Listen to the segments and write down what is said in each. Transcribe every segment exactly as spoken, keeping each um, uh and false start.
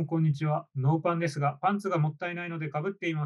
こんにちは。ノーパンですが、パンツがもったいないのでかぶっています。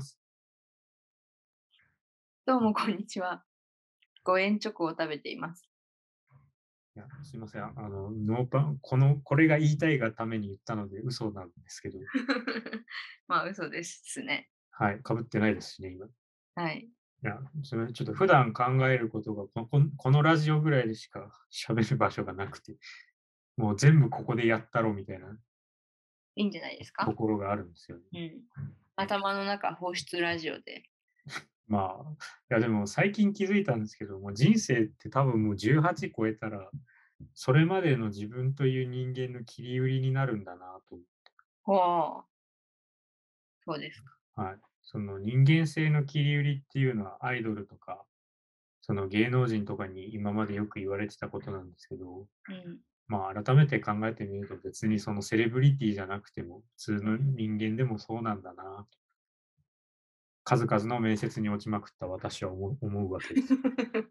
どうもこんにちは。ごえんチョコを食べています。 いや、すいません。あの、ノーパン、この、これが言いたいがために言ったので嘘なんですけど、 まあ、嘘ですね。 はい、かぶってないですしね、今。いはい。 や、それちょっと普段考えることがここの、このラジオぐらいでしか喋る場所がなくて、もう全部ここでやったろみたいないいんじゃないですか？ ところがあるんですよね。 うん。頭の中放出ラジオで。 まあ、いやでも最近気づいたんですけども、人生って多分もうじゅうはち超えたら、それまでの自分という人間の切り売りになるんだなと。 ほう、そうですか。 はい。その人間性の切り売りっていうのはアイドルとか、その芸能人とかに今までよく言われてたことなんですけど、 うん。 まあ改めて考えてみると別にそのセレブリティじゃなくても普通の人間でもそうなんだなと。数々の面接に落ちまくった私は思う思うわけです。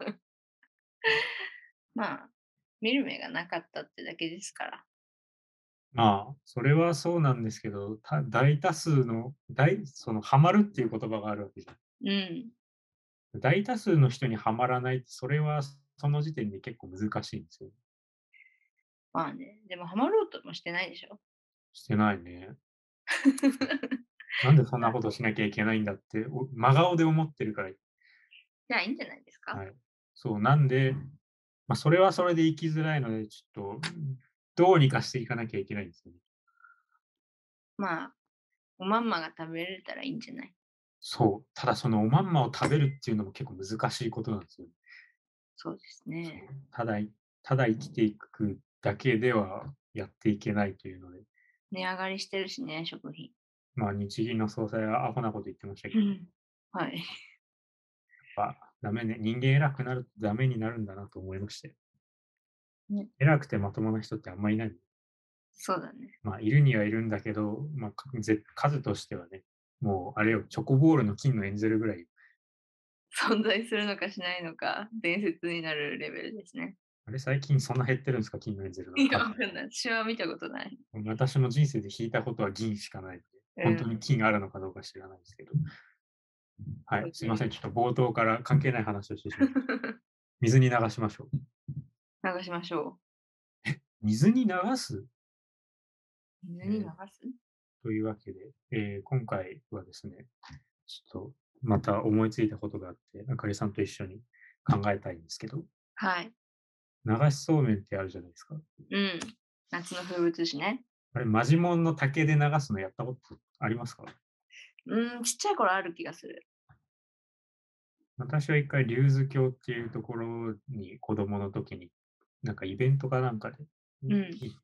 まあ、見る目がなかったってだけですから。 まあ、それはそうなんですけど、た大多数の、大そのハマるっていう言葉があるわけじゃん。 うん。 大多数の人にはまらないって、それはその時点で結構難しいんですよ。 まあね、でもハマろうともしてないでしょ？ してないね。なんでそんなことしなきゃいけないんだって、お真顔で思ってるから、 じゃあいいんじゃないですか？ はい。そう、なんで、まあ、それはそれで生きづらいので、ちょっと、どうにかしていかなきゃいけないんですよね。 まあ、おまんまが食べれたらいいんじゃない？ そう、ただそのおまんまを食べるっていうのも結構難しいことなんですよ。 そうですそう、 ね。 ただいただ生きていくだけではやっていけないというので、 値上がりしてるしね、食品。 まあ、日銀の総裁はアホなこと言ってましたけど、やっうん。はい。 ぱダメね、人間偉くなるとダメになるんだなと思いましたよ。 ね、 偉くてまともな人ってあんまいない。 そうだね。 まあ、いるにはいるんだけど、まあ、かぜ数としてはね、もうあれよ、チョコボールの金のエンゼルぐらい、 存在するのかしないのか、伝説になるレベルですね。 あれ最近そんな減ってるんですか、金のエンゼルのいや、 数。 わかんない。私は見たことない。 私も人生で引いたことは銀しかないので、本当うん。 に金があるのかどうか知らないですけど。はい、 個人すいません。ちょっと冒頭から関係ない話をしてしまいました。水に流しましょう。 流しましょ水に流す、 う。水に流えーす？ というわけで、えー今回はですね、ちょっとまた思いついたことがあって、あかりさんと一緒に考えたいんですけど、 はい。 流しそうめんってあるじゃないですか。 うん。夏の風物詩ね。 あれ、マジモンの竹で流すのやったことありますか？ うん、ちっちゃい頃ある気がする。 私は一回、龍頭峡っていうところに子供の時に、なんかイベントかなんかで、ん、 うん。 行って、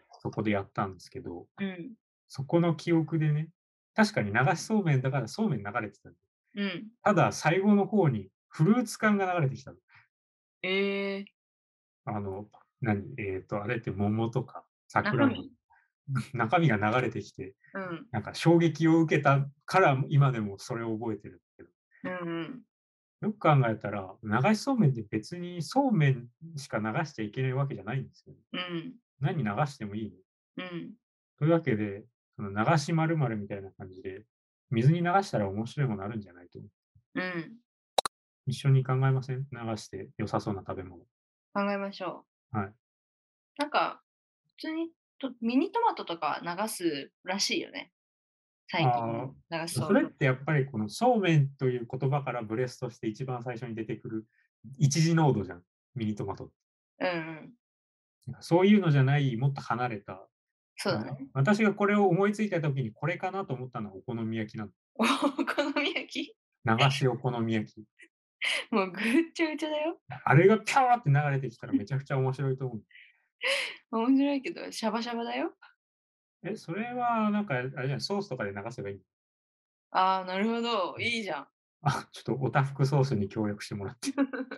そこでやったんですけど、 うん。 そこの記憶でね、確かに流しそうめんだからそうめん流れてたんで、 うん。 ただ最後の方にフルーツ缶が流れてきたの。 ええ、 あの、何、えっと、あれって桃とかさくらんぼ、 中身？ 中身が流れてきて、 うん。 なんか衝撃を受けたから今でもそれを覚えてるんですけど、 うんうん。 よく考えたら、流しそうめんって別にそうめんしか流しちゃいけないわけじゃないんですよね。 うん。 何流してもいいの。 うん。 というわけで、その流し〇〇みたいな感じで、水に流したら面白いものあるんじゃないと。 うん。 一緒に考えません？流して良さそうな食べ物。 考えましょう。 はい。 なんか、普通にとミニトマトとか流すらしいよね。最近あの流しあ、 そうめん。 それってやっぱりこのそうめんという言葉からブレスとして一番最初に出てくる一次濃度じゃん、ミニトマト。 うんうん。 そういうのじゃない、もっと離れた。あ、 そうだね。 私がこれを思いついた時にこれかなと思ったのはお好み焼きなの。 お好み焼き？ 流しお好み焼き。 もうぐっちゃぐちゃだよ。 あれがピャーって流れてきたらめちゃくちゃ面白いと思う。 面白いけど、シャバシャバだよ。 え、それはなんかあれじゃない、ソースとかで流せばいい。 ああ、なるほど、 うん。 いいじゃん。 あ、ちょっとオタフクソースに協力してもらって。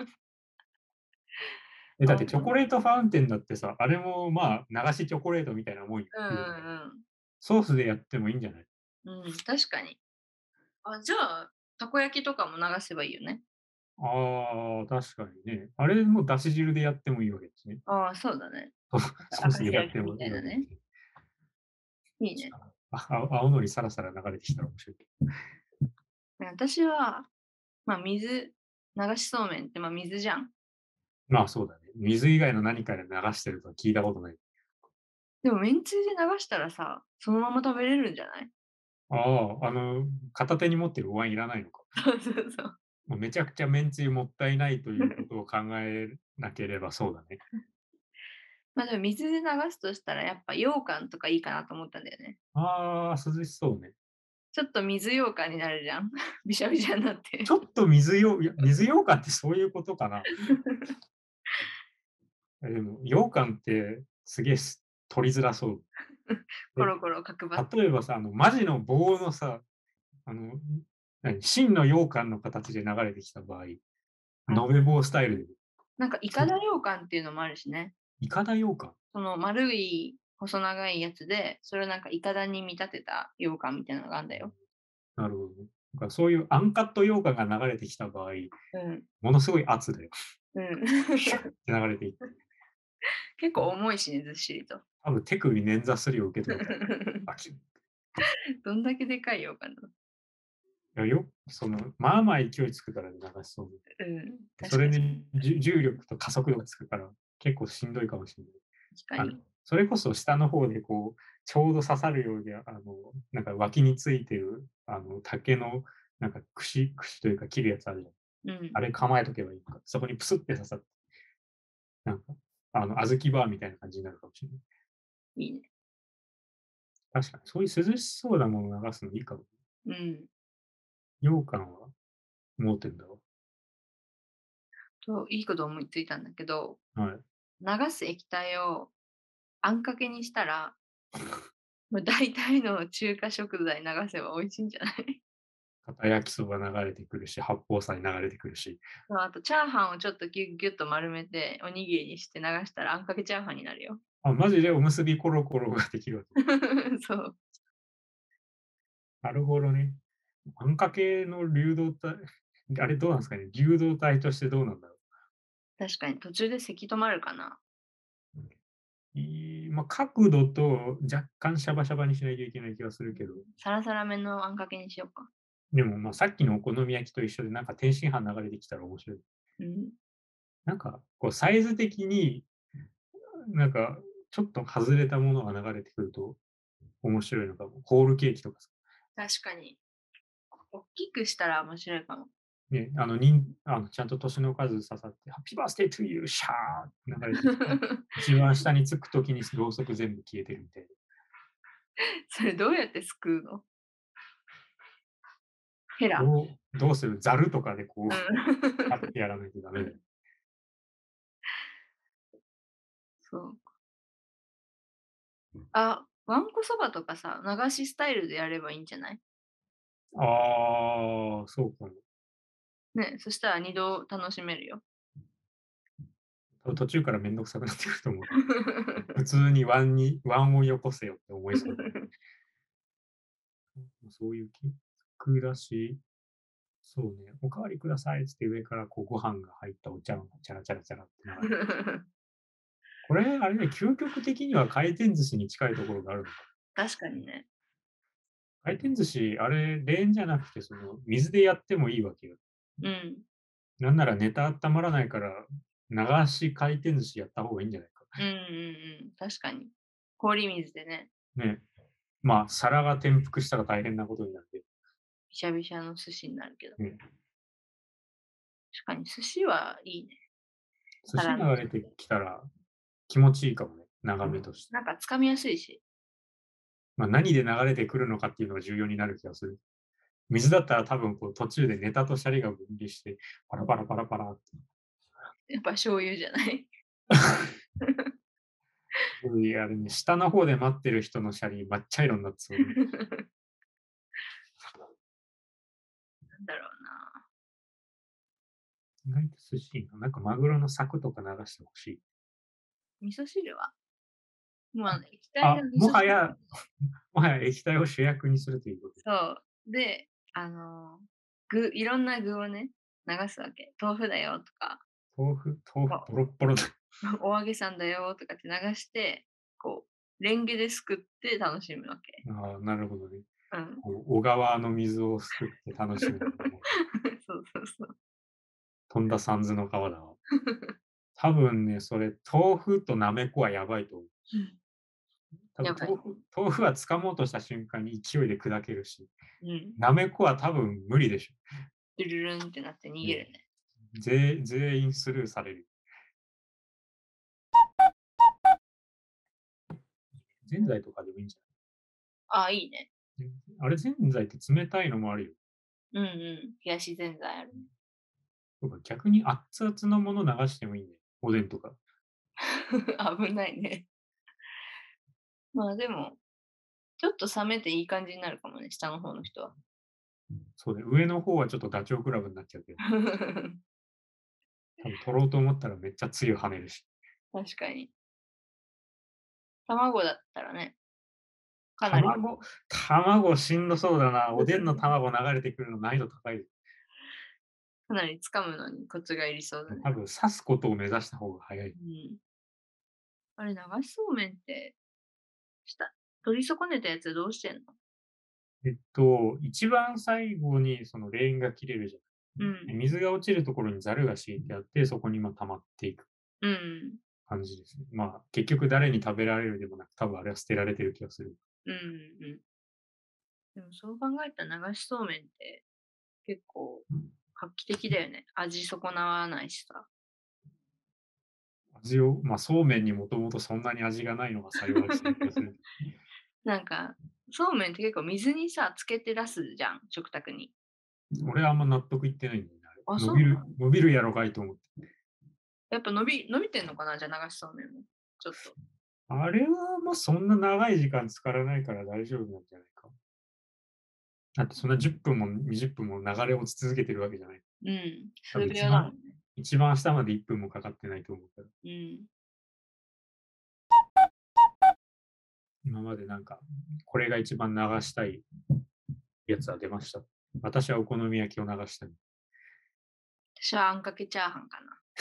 え、だっあ、 てチョコレートファウンテンだってさ、あれもまあ流しチョコレートみたいなもんよ、 うんう言うたら。 んうん。 ソースでやってもいいんじゃない？ うん、確かに。あ、じゃあ、たこ焼きとかも流せばいいよね。 ああ、確かにね。あれもだし汁でやってもいいわけですね。 ああ、そうだね。 ソなんかソースでやって明石焼きみもいいわたいなね。 けですね。 いいね。 あ青青のりさらさら流れてきたら面白いけど。 私は、まあ、水流しそうめんって、ま、水じゃん。 まあ、そうだね。水以外の何かで流してるとは聞いたことない。 でもめんつゆで流したらさ、そのまま食べれるんじゃない？ ああ、あの、片手に持ってるお椀いらないのか。 そうそうそう。 ま、めちゃくちゃめんつゆもったいないということを考えなければそうだね。 ま、でも水で流すとしたらやっぱ羊羹とかいいかなと思ったんだよね。 ああ、涼しそうね。 ちょっと水羊羹になるじゃん。びしゃびしゃになって。 ちょっと水よいや、水羊羹ってそういうことかな。え、でも、羊羹ってすげえす取りづらそう。で、 コロコロ角張って。 例えばさ、あの、マジの棒のさ、あの、ん、何、真の羊羹の形で流れてきた場合、延あ、 べ棒スタイルで、 なんかイカそダ羊羹っていうのもあるしね。 イカダ羊羹？ その丸い細長いやつで、それをなんかイカダに見立てた羊羹みたいなのがあんだよ。 なるほどね。だからそういうアンカット羊羹が流れてきた場合、 うん、 ものすごい圧でうん。 ヒュッって流れていって、 結構重いしね、ずっしりと。 多分手首捻挫するよ、受け取ったら。バキッ。 どんだけでかい羊羹なの。 いや、よその、まあまあ勢いつくからね、流しそうめん。 うん、確かにそれに、じゅ重力と加速度がつくから、結構しんどいかもしれない。あの、 確かに。 それこそ下の方でこう、ちょうど刺さるように、あの、なんか脇についてる、あの、竹のなんか串串というか切るやつあるじゃん。 うん、 あれ構えとけばいいのか。そこにプスって刺さって、なんか、あの、小豆バーみたいな感じになるかもしれない。 いいね。 確かに、そういう涼しそうなものを流すのいいかも。 うん。 羊羹は盲点だわ。 と、いいこと思いついたんだけど、 はい。 流す液体をあんかけにしたら、ま、大体の中華食材流せば美味しいんじゃない？ 片焼きそば流れてくるし、八宝菜流れてくるし。 そう、あとチャーハンをちょっとギュッギュッと丸めて、おにぎりにして流したらあんかけチャーハンになるよ。 あ、マジでおむすびコロコロができるわけ。 そう。 なるほどね。あんかけの流動体、あれどうなんですかね、流動体としてどうなんだろ確かに途中でせき止まるかな。 う。いいまあ、角度と若干シャバシャバにしないといけない気がするけど、 サラサラめのあんかけにしようか。 でも、ま、さっきのお好み焼きと一緒で、なんか天津飯流れてきたら面白い。 うん。 なんか、こうサイズ的に、なんか、ちょっと外れたものが流れてくると面白いのかも。ホールケーキとかさ、 確かに。おっきくしたら面白いかも。 ね、あの、にんあの、ちゃんと年の数刺さって、ハッピーバースデートゥーユー、シャーって流れてきて、一番下につく時にろうそく全部消えてるみたいな。 それどうやってすくうの？ヘラ。 どうどうする？ざるとかでこう、 うパッん。 てやらないとダメだよ。 そう。あ、わんこそばとかさ、流しスタイルでやればいいんじゃない？ ああ、そうかも。 ね、そしたらにど楽しめるよ。 多分途中からめんどくさくなってくると思う。普通にワンにワンをよこせよって思いそうだ。そういう結果だし、そうね、お代わりくださいっつって上からこうご飯が入ったお茶碗がチャラチャラチャラって流れて、これあれね、究極的には回転寿司に近いところがあるのか。 確かにね。 回転寿司、あれ、レーンじゃなくて、その、水でやってもいいわけよ。 うん。 なんならネタ温まらないから、流し回転寿司やった方がいいんじゃないか。 うんうんうん、確かに。氷水でね、 ね。まあ、皿が転覆したら大変なことになるけど、 びしゃびしゃの寿司になるけど。 ね。 確かに寿司はいいね。 寿司皿の寿流れてきたら気持ちいいかもね、眺めとして。 なんか掴みやすいし。 まあ、何で流れてくるのかっていうのが重要になる気がする。水だったら多分こう途中でネタとシャリが分離して、パラパラパラパラって。 やっぱ醤油じゃない？ いや、あれね、下の方で待ってる人のシャリ、抹茶色になってそうで。 なんだろうな。 意外と寿司いいな。なんかマグロの柵とか流してほしい。 味噌汁は？まあ、液体があ、も味噌汁。 はやもはや液体を主役にするということ。 そう。で、あの、具いろんな具をね、流すわけ。豆腐だよとか、 豆腐豆腐ま、 ボロッボロだ。 お揚げさんだよとかって流して、こう、 レンゲですくって楽しむわけ。 ああ、なるほどね。 うん。 こう小川の水をすくって楽しむみたいな。 そうそうそう。 とんださんずの川だわ。多分ね、それ、豆腐となめこはやばいと思う。 うん。 多分やばい。 豆腐豆腐は掴もうとした瞬間に勢いで砕けるし、 うん。 なめこは多分無理でしょ。 ルルルンってなって逃うん。 げるね。 ぜ全員スルーされる。ぜんざいとかでもいいんじああ、いいね。 ゃない？あれ、ぜんざいって冷たいのもあるよ。 うんうん。冷やしぜんざいあるね。 とか逆に熱々のもの流してもいいんだよ。おでんとか。 危ないね。まあでも、ちょっと冷めていい感じになるかもね、下の方の人は。 そうね、上の方はちょっとダチョウ倶楽部になっちゃうけど、多分取ろうと思ったらめっちゃつゆ跳ねるし。 確かに。卵だったらね、かなり、 卵卵しんどそうだな。おでんの卵流れてくるの難易度高い。 かなり掴むのにコツがいりそうだね。 多分刺すことを目指した方が早い。 うん。あれ、流しそうめんって、した取り損ねたやつどうしてんの？ えっと、一番最後にそのレーンが切れるじゃん。 うん。 水が落ちるところにザルが敷いてあって、そこにま、溜まっていくうん。 感じですね。まあ、結局誰に食べられるでもなく、多分あれは捨てられてる気がする。 うんうん。でもそう考えたら流しそうめんって結構画期的だよね。味損なわないしさ。 味をま、そうめんにもともとそんなに味がないのが幸いしてる気がする。 なんか、そうめんって結構水にさ、つけて出すじゃん、食卓に。 俺はあんま納得いってないんだよね、あれ。 あ、 伸びるそうなの？ 伸びるやろがいと思って。 やっぱ伸び伸びてんのかな、じゃあ流しそうめんも。ちょっと。 あれは、ま、そんな長い時間浸からないから大丈夫なんじゃないか。だってそんなじゅっぷんもにじゅっぷんも流れ落ち続けてるわけじゃない。 うん、 多分数一番秒だもんね。 一番下までいっぷんもかかってないと思うから。 うん。 今までなんか、これが一番流したいやつは出ました。私はお好み焼きを流したい。 私はあんかけチャーハンかな。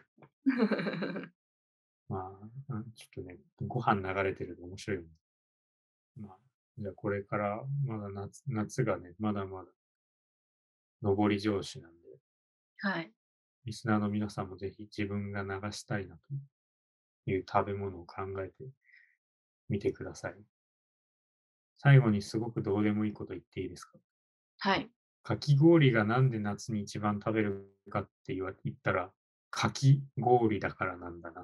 まあ、うん、ちょっとね、ご飯流れてると面白いよね。まあ、じゃあこれからまだ夏夏がね、まだまだ上り調子なんで、 はい。 リスナーの皆さんもぜひ自分が流したいなという食べ物を考えてみてください。最後にすごくどうでもいいこと言っていいですか？ はい。 かき氷がなんで夏に一番食べるかって言わ言ったら、かき氷だからなんだなっ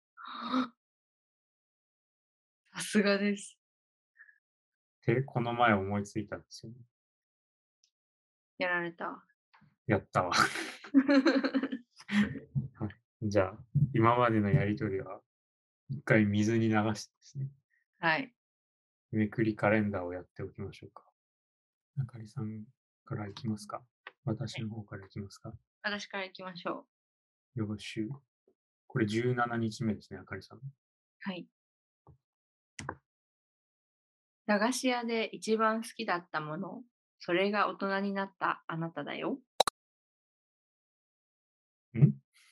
さすがです。 て、この前思いついたんですよね。 やられた。 やったわ。はい。じゃあ、今までのやりとりは一回水に流してですね、 はい。 めくりカレンダーをやっておきましょうか。あかりさんからいきますか？私はい。 の方からいきますか？ 私から行きましょう。 よろしゅう。これじゅうしちにちめですね、あかりさん。 はい。駄菓子屋で一番好きだったもの、それが大人になったあなただよ。 ん？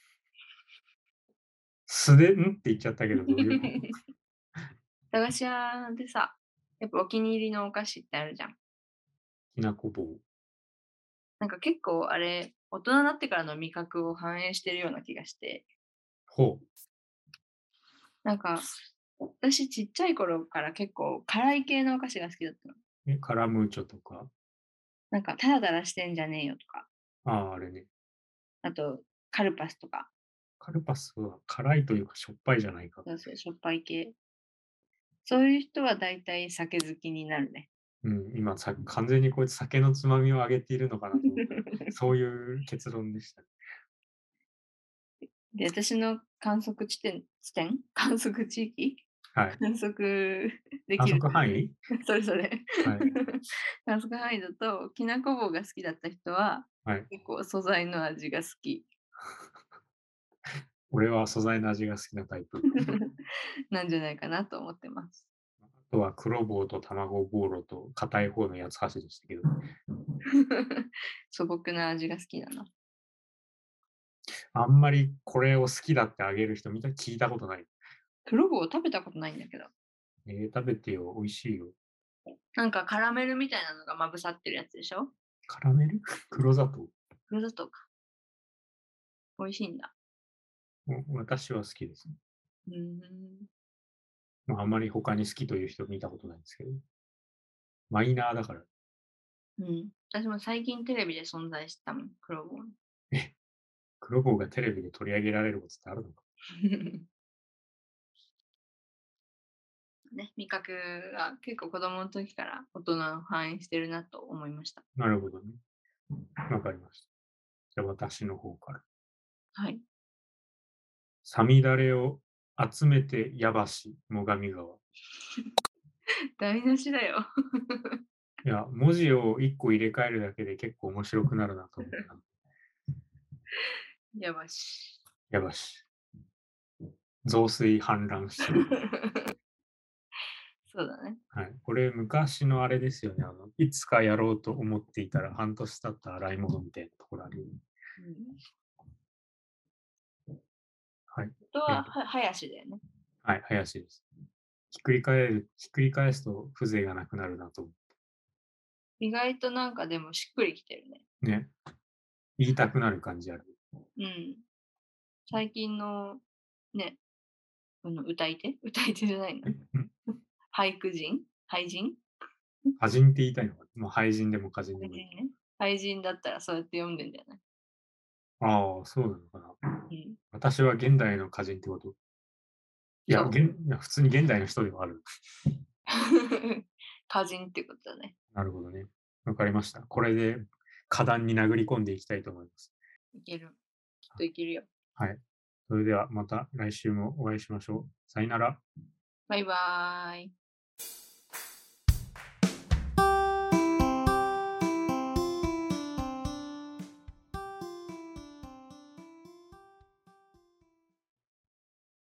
素で、んって言っちゃったけど、どういうこと？ 駄菓子屋でさ、やっぱお気に入りのお菓子ってあるじゃん。 きなこ棒。 なんか結構あれ、大人になってからの味覚を反映してるような気がして、 ほう。 なんか、私ちっちゃい頃から結構辛い系のお菓子が好きだったの。 え、カラムーチョとか。 なんか、タラタラしてんじゃねえよとか、 ああ、あれね。 あと、カルパスとか、 カルパスは辛いというかしょっぱいじゃないか。 そうそう、しょっぱい系。そういう人は大体酒好きになるね。 うん、今さ完全にこいつ酒のつまみをあげているのかなと思ったら、そういう結論でしたね。 で、私の観測地点地点観測地域はい。 観測で観きる測範囲？ それそれ。 はい。 観測範囲だと、きなこ棒が好きだった人は、 はい。 結構素材の味が好き俺は素材の味が好きなタイプ。 なんじゃないかなと思ってます。 あとは黒棒と卵ボーロと硬い方の八つ橋でしたけど、 素朴な味が好きだな。 あんまりこれを好きだってあげる人見た聞いたことない。 黒棒食べたことないんだけど。 えー、食べてよ、美味しいよ。 なんかカラメルみたいなのがまぶさってるやつでしょ？ カラメル黒砂糖。 黒砂糖か。美味しいんだ。 お私は好きですね。 うーん。 まあ、あんまり他に好きという人見たことないんですけど、マイナーだから。 うん。私も最近テレビで存在したもん、黒ボーえ、黒棒がテレビで取り上げられることってあるのか？ ン。ね、味覚が結構子供の時から大人を反映してるなと思いました。 なるほどね。わかりました。じゃあ私の方から。 はい。 さみだれを集めてやばし、最上川。 台無しだよ。 いや、文字をいっこ入れ替えるだけで結構面白くなるなと思った。 やばし。 やばし。増水氾濫しそう。 そうだね。 はい。これ昔のあれですよね。あの、いつかやろうと思っていたら半年経った洗い物みたいなところあるよね。 うん。 はい。 人えーはは林だよね。 はい、林です。ひっくり返る、ひっくり返すと風情がなくなるなと思意外となんかでもしっくりきてるね。 う。ね。言いたくなる感じある。 うん。最近のね、あの歌い手歌い手じゃないの。 え、ん俳句人俳人歌人って言いたいのかな。もう俳人でも歌人でもいい。 俳人ね。俳人だったらそうやって読んでんだよね。 ああ、そうなのかな。 うん。 私は現代の歌人ってこと？いや、 そう。 現いや普通に現代の人ではある。 歌人ってことだね。 なるほどね。わかりました。これで果断に殴り込んでいきたいと思います。 いける。きっといけるよ。 はい。それではまた来週もお会いしましょう。さよなら。 バイバーイ。